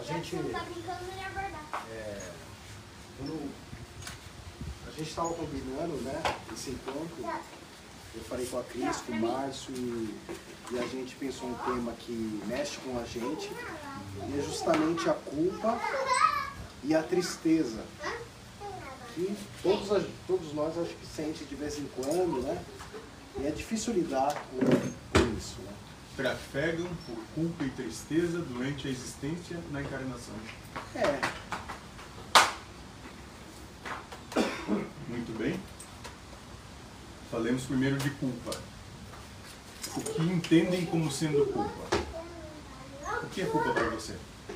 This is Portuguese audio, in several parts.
gente... Não tá brincando, não ia abordar. A gente estava combinando, né, esse encontro. Eu falei com a Cris, com o Márcio, e a gente pensou um tema que mexe com a gente, e é justamente a culpa e a tristeza, que todos nós acho que sente de vez em quando, né? E é difícil lidar com isso, né? Trafegam por culpa e tristeza durante a existência na encarnação. Muito bem. Falemos primeiro de culpa. O que entendem como sendo culpa? O que é culpa para você?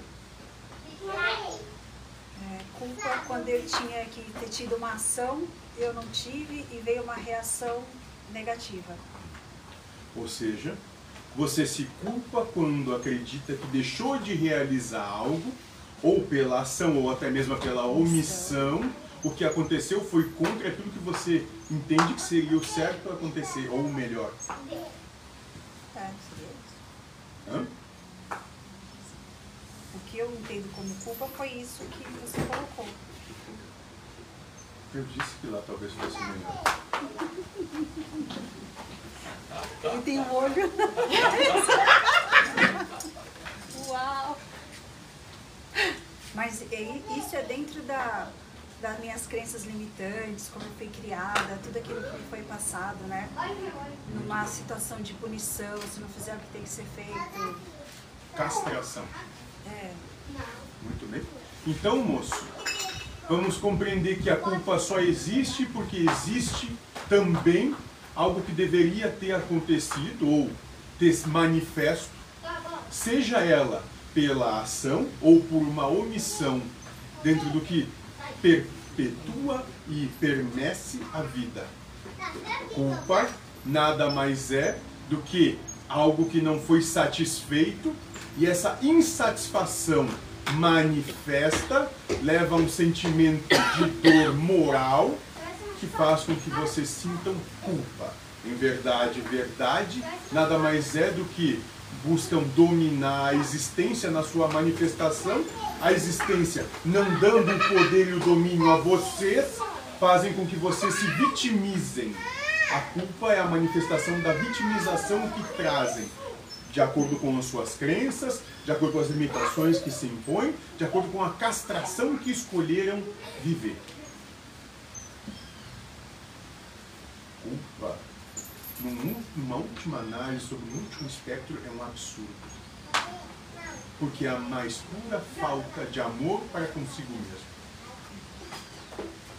Culpa quando eu tinha que ter tido uma ação, eu não tive e veio uma reação negativa. Ou seja, você se culpa quando acredita que deixou de realizar algo, ou pela ação, ou até mesmo pela omissão. O que aconteceu foi contra aquilo que você entende que seria o certo acontecer, ou o melhor. Hã? O que eu entendo como culpa foi isso que você colocou. Eu disse que lá talvez fosse melhor. Ele tem um olho. Uau! Mas isso é dentro das minhas crenças limitantes, como eu fui criada, tudo aquilo que me foi passado, né? Numa situação de punição, se não fizer o que tem que ser feito. Castração. Muito bem. Então, moço, vamos compreender que a culpa só existe porque existe também algo que deveria ter acontecido ou ter manifesto, seja ela pela ação ou por uma omissão dentro do que perpetua e permanece a vida. Culpa nada mais é do que algo que não foi satisfeito, e essa insatisfação manifesta leva a um sentimento de dor moral que faz com que vocês sintam culpa. Em verdade, nada mais é do que buscam dominar a existência na sua manifestação. A existência, não dando o poder e o domínio a vocês, fazem com que vocês se vitimizem. A culpa é a manifestação da vitimização que trazem, de acordo com as suas crenças, de acordo com as limitações que se impõem, de acordo com a castração que escolheram viver. Culpa, numa última análise, sobre um último espectro, é um absurdo. Porque é a mais pura falta de amor para consigo mesmo.